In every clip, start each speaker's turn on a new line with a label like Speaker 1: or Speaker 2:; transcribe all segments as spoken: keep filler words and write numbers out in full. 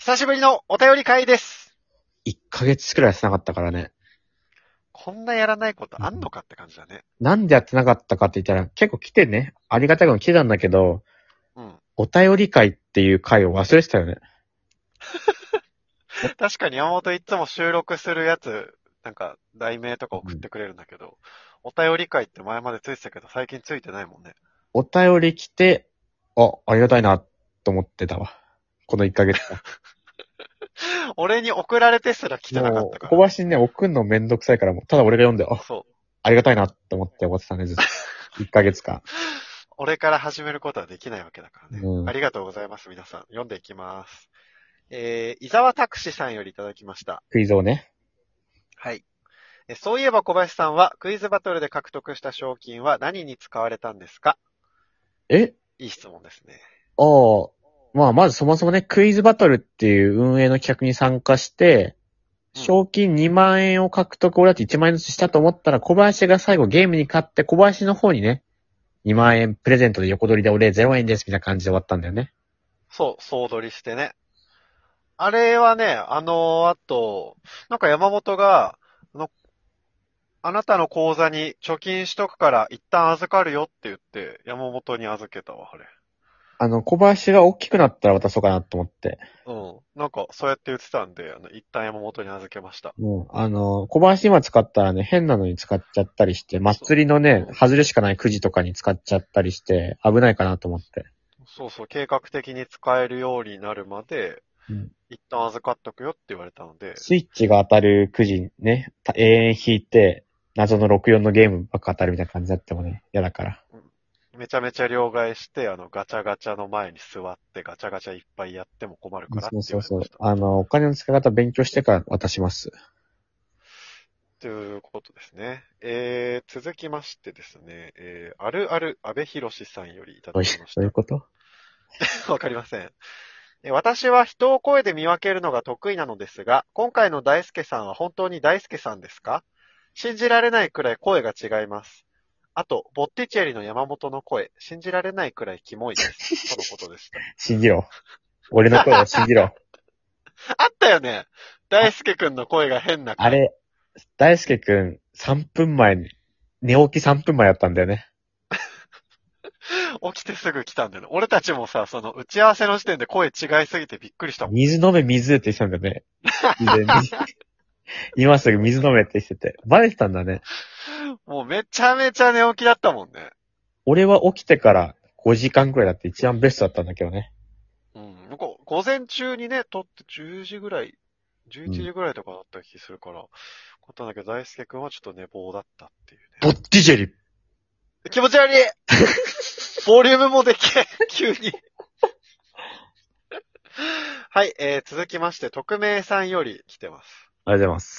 Speaker 1: 久しぶりのお便り会です。
Speaker 2: いっかげつくらいしなかったからね。
Speaker 1: こんなやらないことあんのかって感じだね。
Speaker 2: なんでやってなかったかって言ったら、結構来てね、ありがたいこと来てたんだけど、
Speaker 1: うん。
Speaker 2: お便り会っていう会を忘れてたよね。
Speaker 1: 確かに山本いつも収録するやつ、なんか題名とか送ってくれるんだけど、お便り会って前までついてたけど最近ついてないもんね。
Speaker 2: お便り来て、あ、ありがたいな、と思ってたわ。このいっかげつか。
Speaker 1: 俺に送られてすら来てなかっ
Speaker 2: もう、
Speaker 1: たから。
Speaker 2: 小林にね、送んのめんどくさいから、もうただ俺が読んで、あ、
Speaker 1: そう。
Speaker 2: ありがたいな、と思って終わってたね、ずっと。いっかげつか。
Speaker 1: 俺から始めることはできないわけだからね。
Speaker 2: うん。
Speaker 1: ありがとうございます、皆さん。読んでいきます。えー、伊沢拓司さんよりいただきました。
Speaker 2: クイズをね。
Speaker 1: はい。えそういえば小林さんはクイズバトルで獲得した賞金は何に使われたんですか？
Speaker 2: え
Speaker 1: いい質問ですね。
Speaker 2: ああ、まあ、まずそもそもね、クイズバトルっていう運営の企画に参加して、
Speaker 1: うん。
Speaker 2: 賞金にまん円を獲得、俺だっていちまん円ずつしたと思ったら、小林が最後ゲームに勝って、小林の方にね、にまん円プレゼントで横取りで俺ゼロえんですみたいな感じで終わったんだよね。
Speaker 1: そう、総取りしてね。あれはね、あのあと、なんか山本が、あの、あなたの口座に貯金しとくから一旦預かるよって言って、山本に預けたわ、あれ。
Speaker 2: あの、小林が大きくなったら渡そうかなと思って。
Speaker 1: うん。なんか、そうやって言ってたんで、あの、一旦山本に預けました。
Speaker 2: もう、あの、小林今使ったらね、変なのに使っちゃったりして、祭りのね、
Speaker 1: うん。
Speaker 2: 外れしかないくじとかに使っちゃったりして、危ないかなと思って。
Speaker 1: そうそう、計画的に使えるようになるまで、
Speaker 2: うん。
Speaker 1: 一旦預かっとくよって言われたので、
Speaker 2: スイッチが当たるくじね、た永遠引いて、謎のろくよんのゲームばっか当たるみたいな感じになってもね、嫌だから。
Speaker 1: めちゃめちゃ両替して、あの、ガチャガチャの前に座って、ガチャガチャいっぱいやっても困るからって
Speaker 2: そうそうそう。
Speaker 1: 言われました。
Speaker 2: あの、お金の使い方勉強してから渡します。
Speaker 1: ということですね。えー、続きましてですね、えー、あるある安倍博さんよりいた
Speaker 2: どういう、
Speaker 1: だきました。
Speaker 2: どういうこと？
Speaker 1: わかりません。え私は人を声で見分けるのが得意なのですが、今回の大輔さんは本当に大輔さんですか？信じられないくらい声が違います。あと、ボッティチェリの山本の声、信じられないくらいキモいです。とのことでした。
Speaker 2: 信じろ。俺の声を信じろ。
Speaker 1: あったよね。
Speaker 2: あ、
Speaker 1: 大輔くんの声が変な回。
Speaker 2: あれ、大輔くんさんぷんまえに、寝起きさんぷんまえだったんだよね。
Speaker 1: 起きてすぐ来たんだよね。俺たちもさ、その打ち合わせの時点で声違いすぎてびっくりしたもん。
Speaker 2: 水飲め水って言ってたんだよね。事前に今すぐ水飲めって言ってて。バレてたんだね。
Speaker 1: もうめちゃめちゃ寝起きだったもんね。
Speaker 2: 俺は起きてからごじかんくらいだって一番ベストだったんだけどね。
Speaker 1: うん。なんか午前中にね、撮ってじゅうじぐらい、11
Speaker 2: うん。
Speaker 1: 時ぐらいとかだった気するから、ことなんだけど、大輔くんはちょっと寝坊だったっていう
Speaker 2: ボッティジェリ。
Speaker 1: ね。気持ち悪いボリュームもでけえ急にはい、えー、続きまして、匿名さんより来てます。
Speaker 2: ありがとうございます。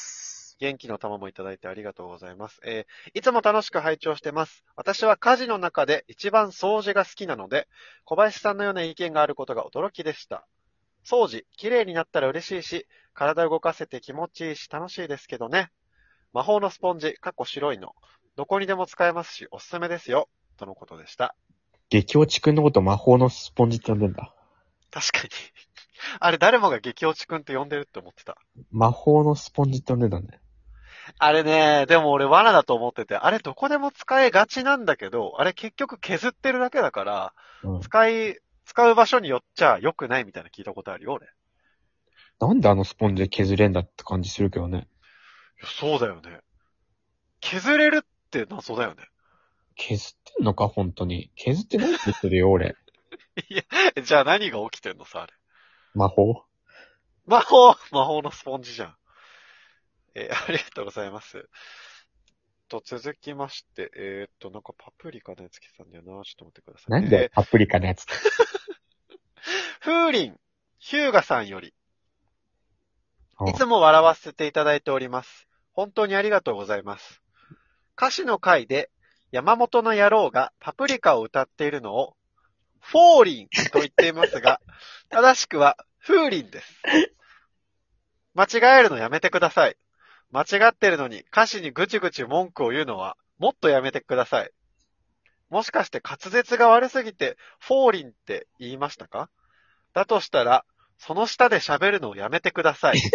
Speaker 1: 元気の玉もいただいてありがとうございます。えー、いつも楽しく拝聴してます。私は家事の中で一番掃除が好きなので、小林さんのような意見があることが驚きでした。掃除、綺麗になったら嬉しいし、体動かせて気持ちいいし楽しいですけどね。魔法のスポンジ、かっこ白いの。どこにでも使えますし、おすすめですよ。とのことでした。
Speaker 2: 激落ちくんのこと魔法のスポンジって呼んでんだ。
Speaker 1: 確かに。あれ誰もが激落ちくんって呼んでるって思ってた。
Speaker 2: 魔法のスポンジって呼んでんだね。
Speaker 1: あれね、でも俺罠だと思ってて、あれどこでも使えがちなんだけど、あれ結局削ってるだけだから、
Speaker 2: うん。
Speaker 1: 使い、使う場所によっちゃ良くないみたいな聞いたことあるよ、俺。い
Speaker 2: なんであのスポンジで削れんだって感じするけどね。
Speaker 1: やそうだよね。削れるって謎だよね。
Speaker 2: 削ってんのか、本当に。削ってないって言ってるよ、俺。
Speaker 1: いや、じゃあ何が起きてんのさ、あれ。
Speaker 2: 魔法。
Speaker 1: 魔法魔法のスポンジじゃん。えーありがとうございます。と、続きまして、えーっと、なんかパプリカのやつ来てたんだよな。ちょっと待ってくださいね。
Speaker 2: なんだよ、
Speaker 1: え
Speaker 2: パプリカのやつ。
Speaker 1: ー、風鈴、ヒューガさんより、い
Speaker 2: あ
Speaker 1: つも笑わせていただいております。本当にありがとうございます。歌詞の回で、山本の野郎がパプリカを歌っているのを、フォーリンと言っていますが、正しくは、風鈴です。間違えるのやめてください。間違ってるのに歌詞にぐちぐち文句を言うのは、もっとやめてください。もしかして滑舌が悪すぎて、フォーリンって言いましたか？だとしたら、 その下で喋るのをやめてください。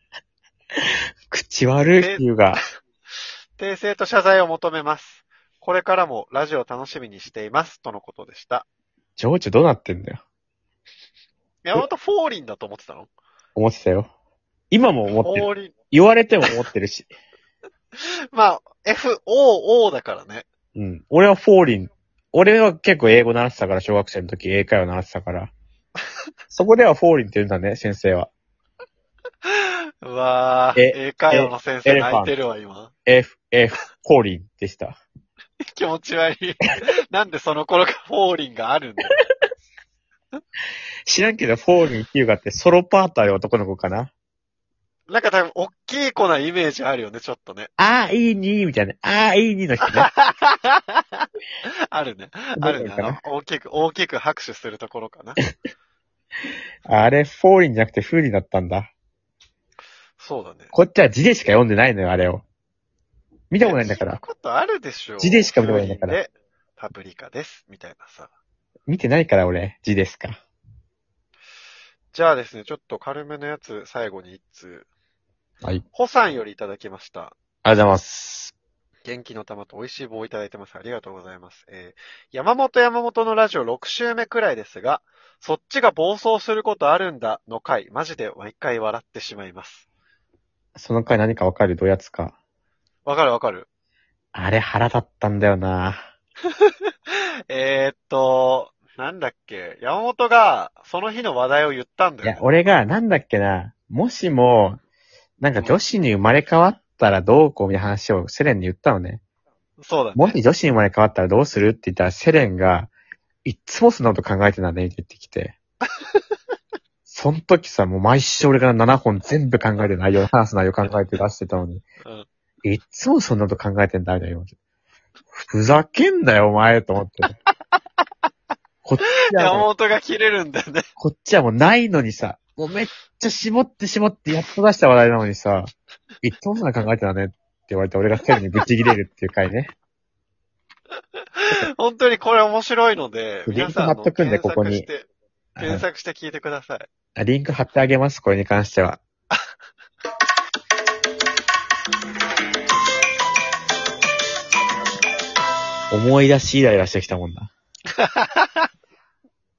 Speaker 2: 口悪いっていうが。
Speaker 1: 訂正と謝罪を求めます。これからもラジオを楽しみにしています。とのことでした。
Speaker 2: 情緒どうなってんだよ。
Speaker 1: 山本フォーリンだと思ってたの？
Speaker 2: 思ってたよ。今も思ってる。
Speaker 1: フォーリン。
Speaker 2: 言われても思ってるし。
Speaker 1: まあ、エフオーオー だからね。
Speaker 2: うん。俺はフォーリン。俺は結構英語習ってたから、小学生の時英会話習ってたから。そこではフォーリンって言うんだね、先生は。
Speaker 1: うわぁ、
Speaker 2: え
Speaker 1: 英会話の先生泣いてるわ、今。
Speaker 2: F、F、フォーリンでした。
Speaker 1: 気持ち悪い。なんでその頃からフォーリンがあるんだよ。
Speaker 2: 知らんけど、フォーリンっていうかってソロパートある男の子かな。
Speaker 1: なんか多分、大きい子なイメージあるよね、ちょっとね。
Speaker 2: あーいいにーみたいな。あーいいにーの人ね。
Speaker 1: あるね。あるね。あの、大きく、大きく拍手するところかな。
Speaker 2: あれ、フォーリンじゃなくてフーリンだったんだ。
Speaker 1: そうだね。
Speaker 2: こっちは字でしか読んでないのよ、あれを。見たことないんだから。
Speaker 1: 聞くことあるでしょ。
Speaker 2: 字でしか見たことないんだから。
Speaker 1: で、パプリカです。みたいなさ。
Speaker 2: 見てないから俺、字ですか。
Speaker 1: じゃあですね、ちょっと軽めのやつ、最後に一通。
Speaker 2: はい。
Speaker 1: ホさんよりいただきました。
Speaker 2: ありがとうございます。
Speaker 1: 元気の玉と美味しい棒をいただいてます。ありがとうございます。えー、山本山本のラジオろく週目くらいですが、そっちが暴走することあるんだの回、マジで毎回笑ってしまいます。
Speaker 2: その回何かわかるどうやつか。
Speaker 1: わかるわかる。
Speaker 2: あれ腹立ったんだよな。
Speaker 1: えーっと、なんだっけ、山本がその日の話題を言ったんだよ、ね。
Speaker 2: いや、俺がなんだっけな、もしも、なんか女子に生まれ変わったらどうこうみたいな話をセレンに言ったのね。
Speaker 1: そうだね。
Speaker 2: もし女子に生まれ変わったらどうするって言ったらセレンが、いっつもそんなこと考えてたねって言ってきて。そん時さ、もう毎週俺からななほん全部考えて内容、話す内容考えて出してたのに。
Speaker 1: うん、
Speaker 2: いっつもそんなこと考えてんだみたいな。ふざけんなよお前と思って。こっちは
Speaker 1: 山
Speaker 2: もう、
Speaker 1: 本が切れるんだよね。
Speaker 2: こっちはもうないのにさ、もうめっちゃ絞って絞ってやっと出した話題なのにさ、いっつもそんな考えてたねって言われて俺がセレンにぶち切れるっていう回ね。
Speaker 1: 本当にこれ面白いので、皆さんの
Speaker 2: リンク貼っとくんで
Speaker 1: 検索し
Speaker 2: こ
Speaker 1: て、検索して聞いてください。
Speaker 2: あリンク貼ってあげます、これに関しては。思い出しイライラしてきたもんな。